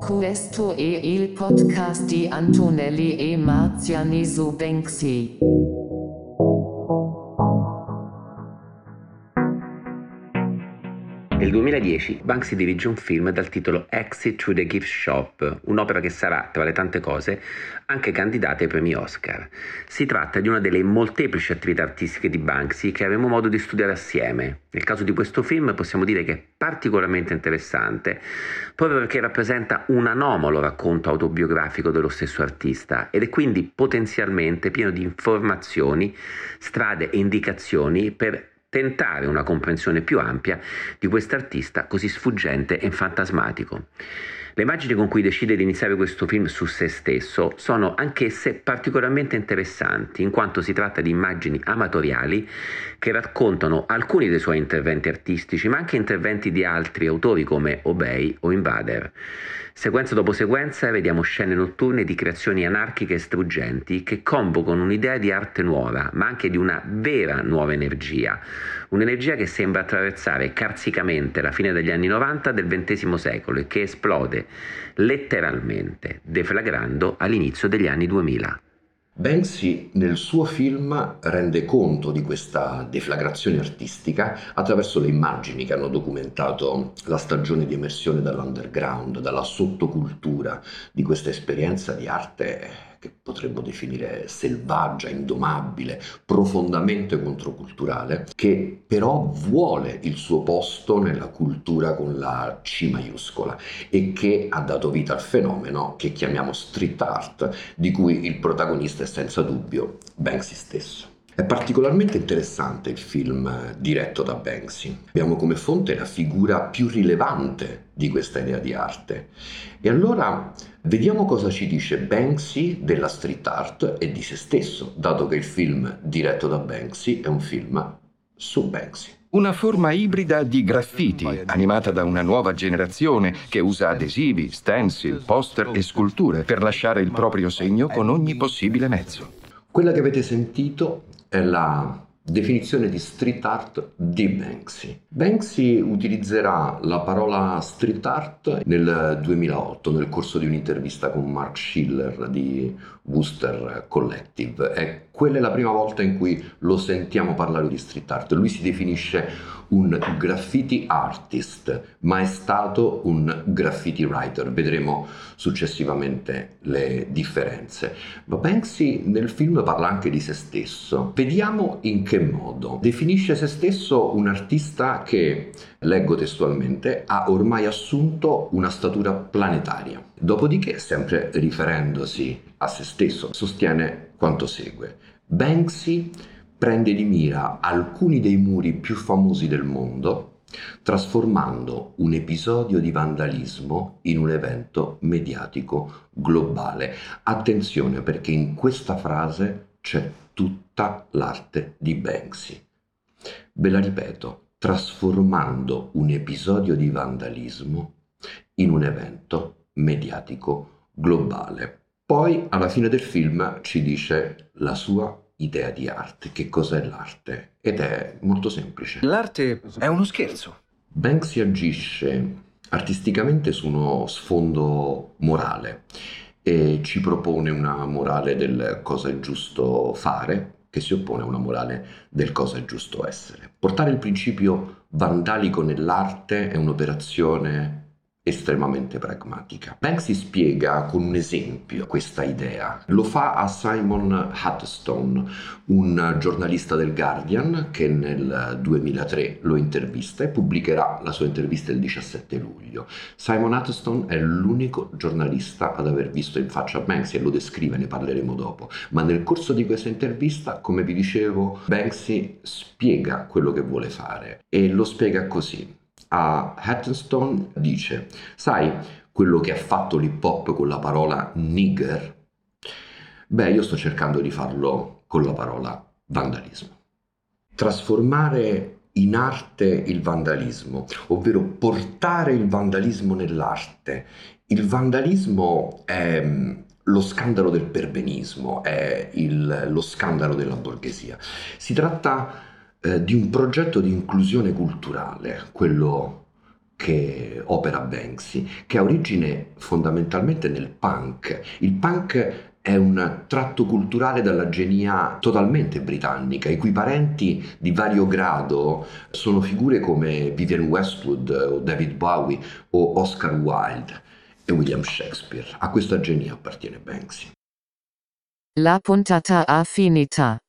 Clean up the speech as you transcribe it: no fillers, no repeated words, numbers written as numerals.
Questo è il podcast di Antonelli e Marziani su Banksy. Nel 2010 Banksy dirige un film dal titolo Exit through the Gift Shop, un'opera che sarà, tra le tante cose, anche candidata ai premi Oscar. Si tratta di una delle molteplici attività artistiche di Banksy che avremo modo di studiare assieme. Nel caso di questo film possiamo dire che è particolarmente interessante proprio perché rappresenta un anomalo racconto autobiografico dello stesso artista ed è quindi potenzialmente pieno di informazioni, strade e indicazioni per tentare una comprensione più ampia di quest'artista così sfuggente e fantasmatico. Le immagini con cui decide di iniziare questo film su se stesso sono anch'esse particolarmente interessanti, in quanto si tratta di immagini amatoriali che raccontano alcuni dei suoi interventi artistici, ma anche interventi di altri autori come Obey o Invader. Sequenza dopo sequenza vediamo scene notturne di creazioni anarchiche e struggenti che convocano un'idea di arte nuova, ma anche di una vera nuova energia. Un'energia che sembra attraversare carsicamente la fine degli anni 90 del XX secolo e che esplode letteralmente, deflagrando all'inizio degli anni 2000. Banksy nel suo film rende conto di questa deflagrazione artistica attraverso le immagini che hanno documentato la stagione di emersione dall'underground, dalla sottocultura di questa esperienza di arte che potremmo definire selvaggia, indomabile, profondamente controculturale, che però vuole il suo posto nella cultura con la C maiuscola e che ha dato vita al fenomeno che chiamiamo street art, di cui il protagonista è senza dubbio Banksy stesso. È particolarmente interessante il film diretto da Banksy. Abbiamo come fonte la figura più rilevante di questa idea di arte. E allora vediamo cosa ci dice Banksy della street art e di se stesso, dato che il film diretto da Banksy è un film su Banksy. Una forma ibrida di graffiti, animata da una nuova generazione che usa adesivi, stencil, poster e sculture per lasciare il proprio segno con ogni possibile mezzo. Quella che avete sentito è la definizione di street art di Banksy. Banksy utilizzerà la parola street art nel 2008 nel corso di un'intervista con Mark Schiller di Wooster Collective. E quella è la prima volta in cui lo sentiamo parlare di street art. Lui si definisce un graffiti artist, ma è stato un graffiti writer. Vedremo successivamente le differenze. Ma Banksy nel film parla anche di se stesso. Vediamo in che modo. Definisce se stesso un artista che, leggo testualmente, ha ormai assunto una statura planetaria. Dopodiché, sempre riferendosi a se stesso, sostiene quanto segue. Banksy prende di mira alcuni dei muri più famosi del mondo, trasformando un episodio di vandalismo in un evento mediatico globale. Attenzione, perché in questa frase c'è tutta l'arte di Banksy. Ve la ripeto, trasformando un episodio di vandalismo in un evento mediatico globale. Poi, alla fine del film, ci dice la sua idea di arte. Che cos'è l'arte? Ed è molto semplice. L'arte è uno scherzo. Banksy agisce artisticamente su uno sfondo morale e ci propone una morale del cosa è giusto fare che si oppone a una morale del cosa è giusto essere. Portare il principio vandalico nell'arte è un'operazione estremamente pragmatica. Banksy spiega con un esempio questa idea. Lo fa a Simon Hutstone, un giornalista del Guardian che nel 2003 lo intervista e pubblicherà la sua intervista il 17 luglio. Simon Hutstone è l'unico giornalista ad aver visto in faccia Banksy e lo descrive, ne parleremo dopo. Ma nel corso di questa intervista, come vi dicevo, Banksy spiega quello che vuole fare e lo spiega così. A Hutstone dice: sai quello che ha fatto l'hip hop con la parola nigger? Beh, io sto cercando di farlo con la parola vandalismo. Trasformare in arte il vandalismo, ovvero portare il vandalismo nell'arte. Il vandalismo è lo scandalo del perbenismo, è lo scandalo della borghesia. Si tratta di un progetto di inclusione culturale, quello che opera Banksy, che ha origine fondamentalmente nel punk. Il punk è un tratto culturale dalla genia totalmente britannica, i cui parenti di vario grado sono figure come Vivienne Westwood o David Bowie o Oscar Wilde e William Shakespeare. A questa genia appartiene Banksy. La puntata ha finita.